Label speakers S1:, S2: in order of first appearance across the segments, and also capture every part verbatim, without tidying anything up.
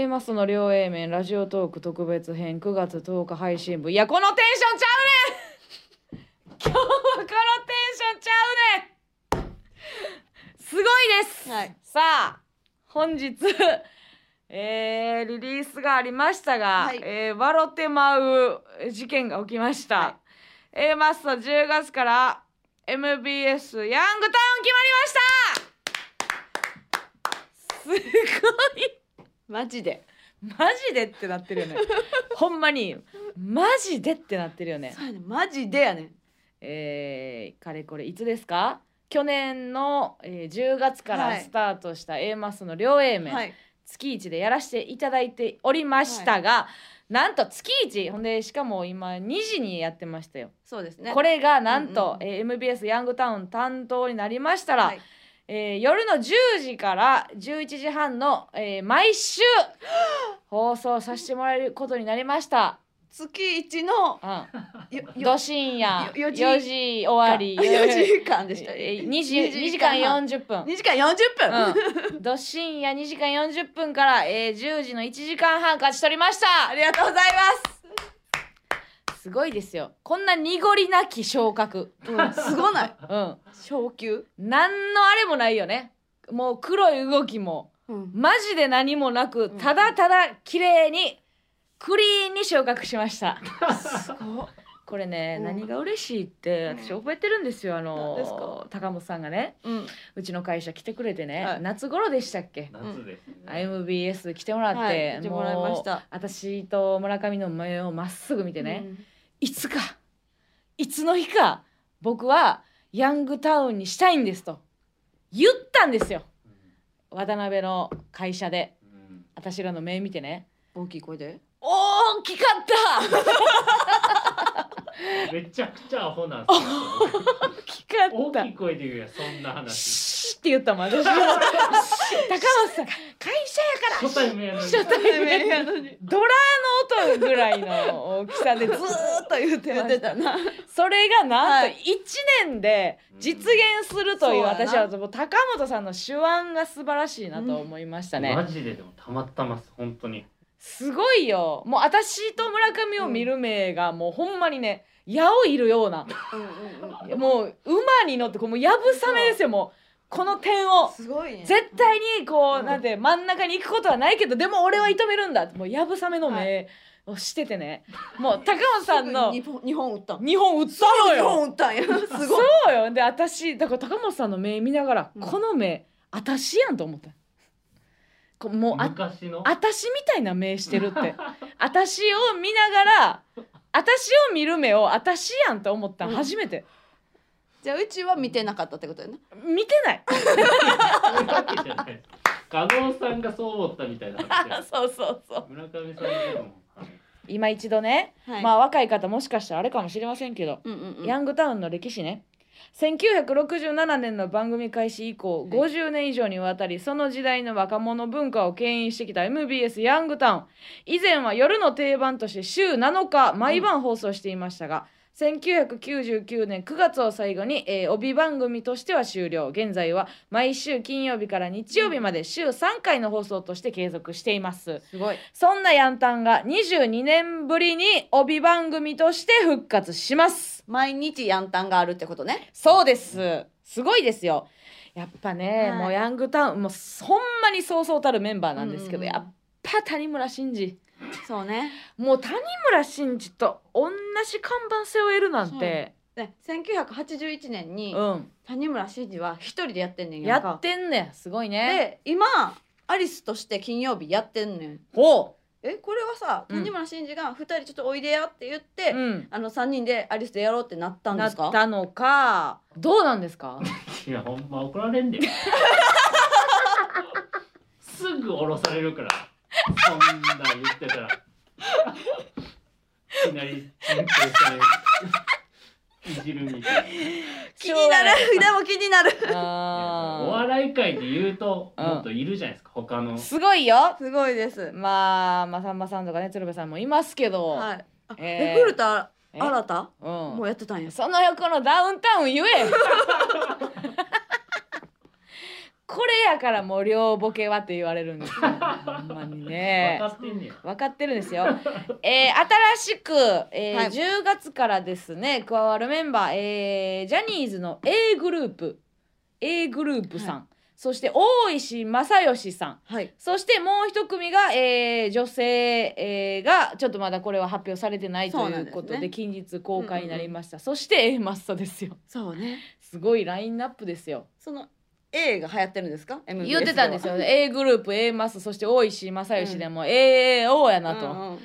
S1: A マスの両 A 面ラジオトーク特別編くがつとおか配信分。いやこのテンションちゃうねん今日はこのテンションちゃうねんすごいです、はい、さあ本日えー、リリースがありましたが、はい、えー、笑ってまう事件が起きました、はい、A マスのじゅうがつから エムビーエス ヤングタウン決まりました。すごいマジでマジでってなってるよねほんまにマジでってなってるよね。
S2: そうやね、マジでやね。
S1: えー、かれこれいつですか？去年の、えー、じゅうがつからスタートした A マスの両 A 面、はい、月いちでやらせていただいておりましたが、はい、なんと月いちほんでしかも今にじにやってましたよ。
S2: そうですね。
S1: これがなんと、うんうんうん、えー、エムビーエス ヤングタウン担当になりましたら、はい、えー、夜のじゅうじからじゅういちじはんの、えー、毎週放送させてもらえることになりました。
S2: 月一の、
S1: うん、ど深夜よじ終わり
S2: よじかんでした。
S1: にじかんよんじゅっぷん
S2: にじかんよんじゅっ
S1: ぷん、うん、ど深夜にじかんよんじゅっぷんから、えー、じゅうじのいちじかんはん勝ち取りました。
S2: ありがとうござい
S1: ます。すごいですよ。こんな濁りなき昇格、
S2: うん、すごない、
S1: うん、
S2: 昇級
S1: なんのあれもないよね。もう黒い動きも、うん、マジで何もなく、ただただ綺麗にクリーンに昇格しましたすごい。これね、うん、何が嬉しいって私覚えてるんですよ。あの高本さんがね、うん、うちの会社来てくれてね、はい、夏頃でしたっけ？
S3: 夏ですね。
S1: エムビーエス 来てもらって、はい、
S2: 来てもらいました。
S1: 私と村上の目をまっすぐ見てね、うん、いつかいつの日か僕はヤングタウンにしたいんですと言ったんですよ、うん、渡辺の会社で、うん、私らの目見てね、
S2: 大きい声で
S1: 大きかった
S3: めちゃくちゃアホなんすよ
S1: 大きかった。
S3: 大きい声で言うやそんな話
S1: シーって言ったもん私高松さん会社やから
S3: 初対面やのに
S1: 初対面やのにドラの音ぐらいの大きさでずーっと言ってましたなそれがなんといちねんで実現するという、はい、私はもう高本さんの手腕が素晴らしいなと思いましたね、
S3: うん、マジででもたまったます本当に
S1: すごいよ。もう私と村上を見る目がもうほんまにね矢を射るような、うんうんうん、もう馬に乗ってこうもうやぶさめですよ。もうこの点を
S2: すごい、ね、
S1: 絶対にこう、うん、なんて真ん中に行くことはないけどでも俺は射止めるんだってもうやぶさめの目をしててね、はい、もう高本さんの
S2: にほん打った
S1: にほん打ったのよ。
S2: にほん打ったんやすごい
S1: そうよ。で私だから高本さんの目見ながら、うん、この目私やんと思ったもうあ
S3: 昔の
S1: 私みたいな目してるって私を見ながら私を見る目を私やんと思ったの初めて、うん、
S2: じゃあうちは見てなかったってことやな。
S1: 見てない
S3: そういうわけじゃない加納さんがそう思ったみたいな話
S1: そうそうそう
S3: 村上さんでも
S1: 今一度ね、はい、まあ若い方もしかしたらあれかもしれませんけど、うんうんうん、ヤングタウンの歴史ねせんきゅうひゃくろくじゅうななねんの番組開始以降、はい、ごじゅうねん以上にわたりその時代の若者文化を牽引してきた エムビーエス ヤングタウン。以前は夜の定番として週なのか毎晩放送していましたが、うん、せんきゅうひゃくきゅうじゅうきゅうねんくがつを最後に、えー、帯番組としては終了。現在は毎週金曜日から日曜日まで週さんかいの放送として継続しています。
S2: すごい。
S1: そんなヤンタンがにじゅうにねんぶりに帯番組として復活します。
S2: 毎日ヤンタンがあるってことね。
S1: そうです。すごいですよ。やっぱね、はい、もうヤングタウンもうほんまにそうそうたるメンバーなんですけど、うんうん、やっぱ谷村新司
S2: そうね。
S1: もう谷村新司と同じ看板背負えるなんて、
S2: ね、せんきゅうひゃくはちじゅういちねんに、うん、谷村新司は一人でやってんねん
S1: やんか。やってんねん。すごいね。
S2: で今アリスとして金曜日やってんねん。
S1: ほう。
S2: えこれはさ、谷村新司がふたりちょっとおいでやって言って、うん、あのさんにんでアリスでやろうってなったんですか？
S1: なったのかどうなんですか？
S3: いやほんま怒られんですぐ降ろされるからそんなん言ってたらいきなり先輩されいじるみたいな
S2: 気になるでも気になる
S1: あ
S3: お笑い界で言うともっといるじゃないですか、うん、他の
S1: すごいよ
S2: すごいです。
S1: まあまあさんまさんとかね鶴瓶さんもいますけど、
S2: はい、えー、古田新太、うん、もうやってたんや。
S1: その横のダウンタウン言えここれやからもう両ボケはって言われるんですよほんまにね
S3: 分かってんねや。
S1: 分かってるんですよえー、新しく、えーはい、じゅうがつからですね加わるメンバー、えー、ジャニーズの A グループ A グループさん、はい、そして大石正義さん、はい、そしてもう一組が、えー、女性、えー、がちょっとまだこれは発表されてないということ で, で、ね、近日公開になりました、うんうんうん、そして A マッソですよ。
S2: そうね、
S1: すごいラインナップですよ。
S2: その A が流行ってるんですか？ エムビーエス
S1: 言ってたんですよ A グループ A マスそして大石正義でも、うん、エーオー やなと、うんうん、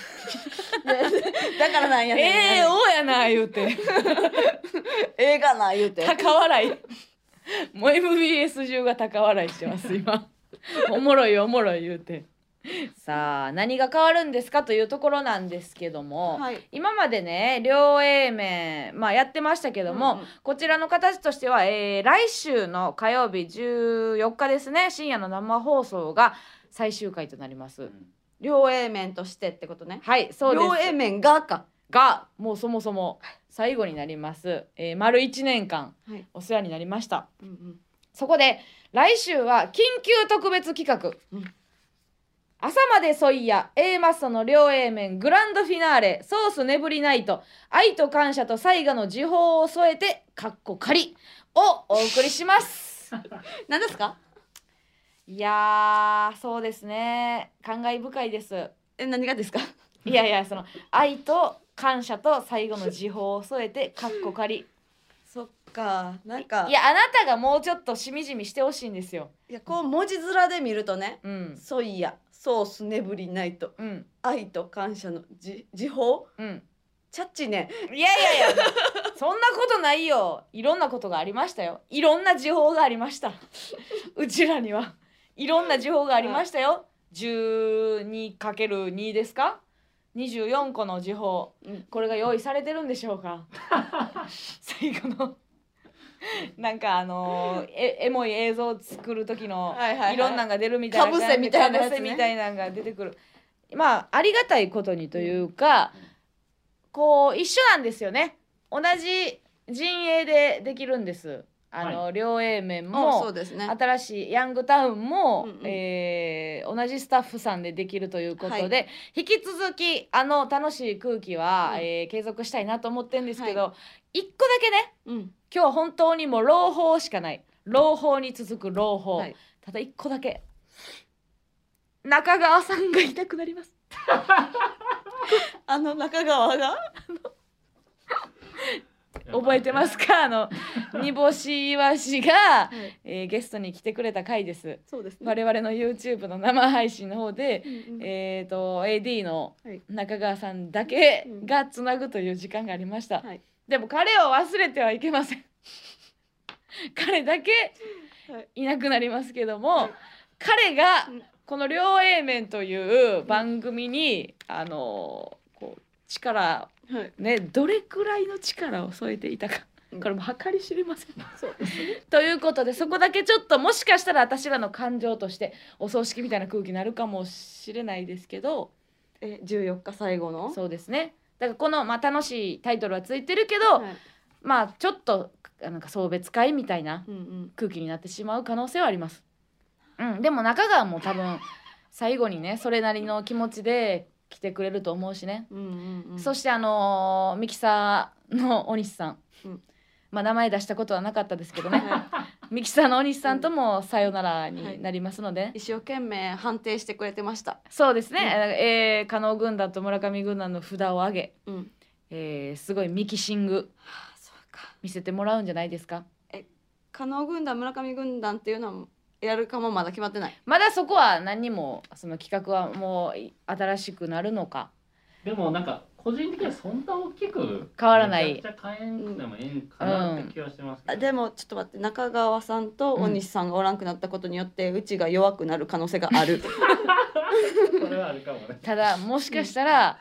S2: だからなんやねん
S1: エーオー やな言うて
S2: 映画な言うて
S1: 高笑いもう エムビーエス 中が高笑いしてます今おもろいおもろい言うてさあ何が変わるんですかというところなんですけども、はい、今までね両 A 面、まあ、やってましたけども、うんうん、こちらの形としては、えー、来週の火曜日じゅうよっかですね深夜の生放送が最終回となります、うん、
S2: 両 A 面としてってことね。
S1: はいそうです。
S2: 両 A 面がか
S1: がもうそもそも最後になります、えー、丸いちねんかんお世話になりました、はいうんうん、そこで来週は緊急特別企画、うん朝までそいや A マッソの両 A 面グランドフィナーレソース眠りナイト愛と感謝と最後の時報を添えてかっこ仮をお送りします
S2: 何ですか？
S1: いやーそうですね感慨深いです。
S2: え何がですか？
S1: いやいやその愛と感謝と最後の時報を添えてかっこ仮。
S2: そっかなんか
S1: いやあなたがもうちょっとしみじみしてほしいんですよ。
S2: いやこう文字面で見るとね、
S1: うん、
S2: そいやソース眠りナイト、うん、愛と感謝のじ時報、うん、チャッチね。
S1: いやいやいやそんなことないよ。いろんなことがありましたよ。いろんな時報がありましたうちらにはいろんな時報がありましたよ。 じゅうにかけるに ですかにじゅうよんこの時報、うん、これが用意されてるんでしょうか最後のなんかあのー、えエモい映像を作る時のはいはい、はい、いろんなのが出るみたいな
S2: かぶせみたいなやつ、ね、
S1: かぶせみたいなのが出てくる。まあありがたいことにというか、うん、こう一緒なんですよね。同じ陣営でできるんです。あの、はい、両 A 面も
S2: そうですね、
S1: 新しいヤングタウンも、うんうん、えー、同じスタッフさんでできるということで、はい、引き続きあの楽しい空気は、うんえー、継続したいなと思ってるんですけど、はい、いっこだけね、うん、今日本当にもう朗報しかない朗報に続く朗報、はい、ただいっこだけ中川さんがいなくなります
S2: あの中川が
S1: 覚えてますか？あの煮干しいわしが、はいえー、ゲストに来てくれた回です。
S2: そうですね、
S1: 我々の YouTube の生配信の方で、うんうんえー、と エーディー の中川さんだけがつなぐという時間がありました、はい、でも彼を忘れてはいけません彼だけいなくなりますけども、はい、彼がこの両 A 面という番組に、うん、あのこう力はいね、どれくらいの力を添えていたかこれも計り知れませんそうです、ね、ということでそこだけちょっともしかしたら私らの感情としてお葬式みたいな空気になるかもしれないですけど
S2: えじゅうよっか最後の
S1: そうですね。だからこの、まあ、楽しいタイトルはついてるけど、はい、まあちょっとなんか送別会みたいな空気になってしまう可能性はあります、うんうん、でも中川も多分最後にねそれなりの気持ちで来てくれると思うしね、うんうんうん、そしてあのー、ミキサーの大西さん、うん、まあ名前出したことはなかったですけどねミキサーの大西さんともさよならになりますので、はい、
S2: 一生懸命判定してくれてました。
S1: そうですね、うんえー、加納軍団と村上軍団の札を上げ、うんえー、すごいミキシング見せてもらうんじゃないですか。
S2: え加納軍団村上軍団っていうのはやるかもまだ決まってない。
S1: まだそこは何にもその企画はもう新しくなるのか。
S3: でもなんか個人的にはそんな大きく
S1: 変わらない。
S3: めちゃくちゃ変えんでもええんかなって気はしてますけど、
S2: うん、でもちょっと待って中川さんと大西さんがおらんくなったことによって、うん、うちが弱くなる可能性がある
S3: それはあるかもね。
S1: ただもしかしたら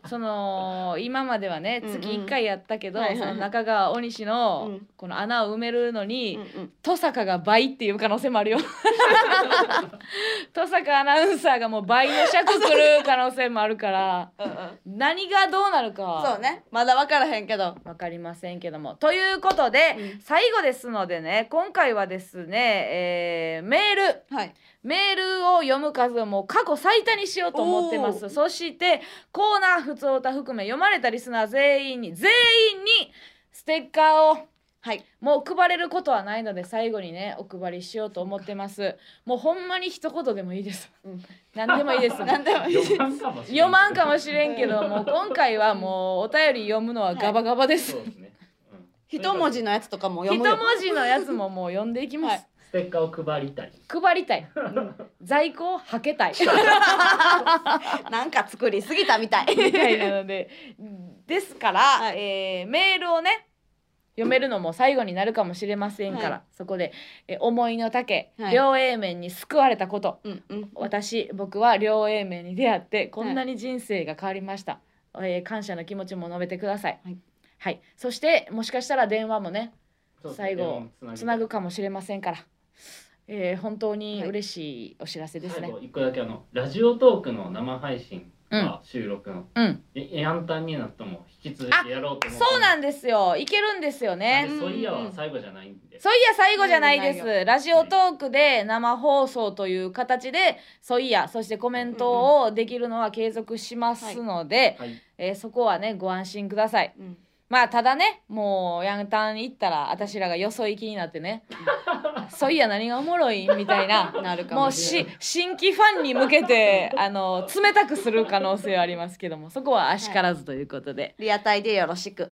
S1: その今まではね
S2: うんうん
S1: 月いっかいやったけど、
S2: はいはいはい
S1: その中川大西の
S2: うん
S1: この穴を埋めるのに、
S2: うんうん
S1: 登坂が倍っていう可能性もあるよ登坂アナウンサーがもう倍の尺来る可能性もあるから
S2: うんうん
S1: 何がどうなるか
S2: そうねまだ分からへんけど
S1: 分かりませんけども。ということで、
S2: うん
S1: 最後ですのでね今回はですね、えーメール
S2: はい
S1: メールを読む数をもう過去最多にしようと思ってま
S2: お
S1: す。そしてコーナーふつおた含め読まれたリスナー全員に全員にステッカーを
S2: はい
S1: もう配れることはないので最後にねお配りしようと思ってます。もうほんまに一言でもいいです、うん、何でもいいです
S2: 何でもいいです
S3: 読まんかもしれん
S1: 読まんかもしれんけどもう今回はもうお便り読むのはガバガバです、
S3: そうですね、うん、
S2: 一文字のやつとかも
S1: 一
S2: 読むよ
S1: 文字のやつももう読んでいきます、
S2: はい
S3: ステッカーを配りたい。
S1: 配りたい在庫をはけたい
S2: なんか作りすぎたみたい
S1: みたいなのでですから、
S2: はい
S1: えーメールをね読めるのも最後になるかもしれませんから、
S2: はい
S1: そこで、えー思いの丈、
S2: はい
S1: 両 A 面に救われたこと
S2: うんうん
S1: 私僕は両 A 面に出会ってこんなに人生が変わりました、えー感謝の気持ちも述べてください、
S2: はい
S1: はい、そしてもしかしたら電話もね
S3: そうですね
S1: 最後つなぐ
S3: か
S1: かもしれませんから、えー本当に嬉しいお知らせですね、
S3: 最後一個だけあのラジオトークの生配信が収録の、
S1: うん
S3: えヤンタンになっても引き続きやろうと思って
S1: そうなんんですよいけるんですよね。
S3: そういやは最後じゃないんで、
S1: そういや最後じゃないで
S2: うん
S1: す。ラジオトークで生放送という形でそういやそしてコメントをできるのは継続しますので、
S3: はい、
S1: えーそこはねご安心ください。
S2: うん
S1: まあただねもうヤンタン行ったら私らがよそ行きになってねそういや何がおもろいみたいな
S2: なるか
S1: もう
S2: もしれ
S1: し新規ファンに向けてあの冷たくする可能性はありますけどもそこはあしからずということで。
S2: リアタイでよろしく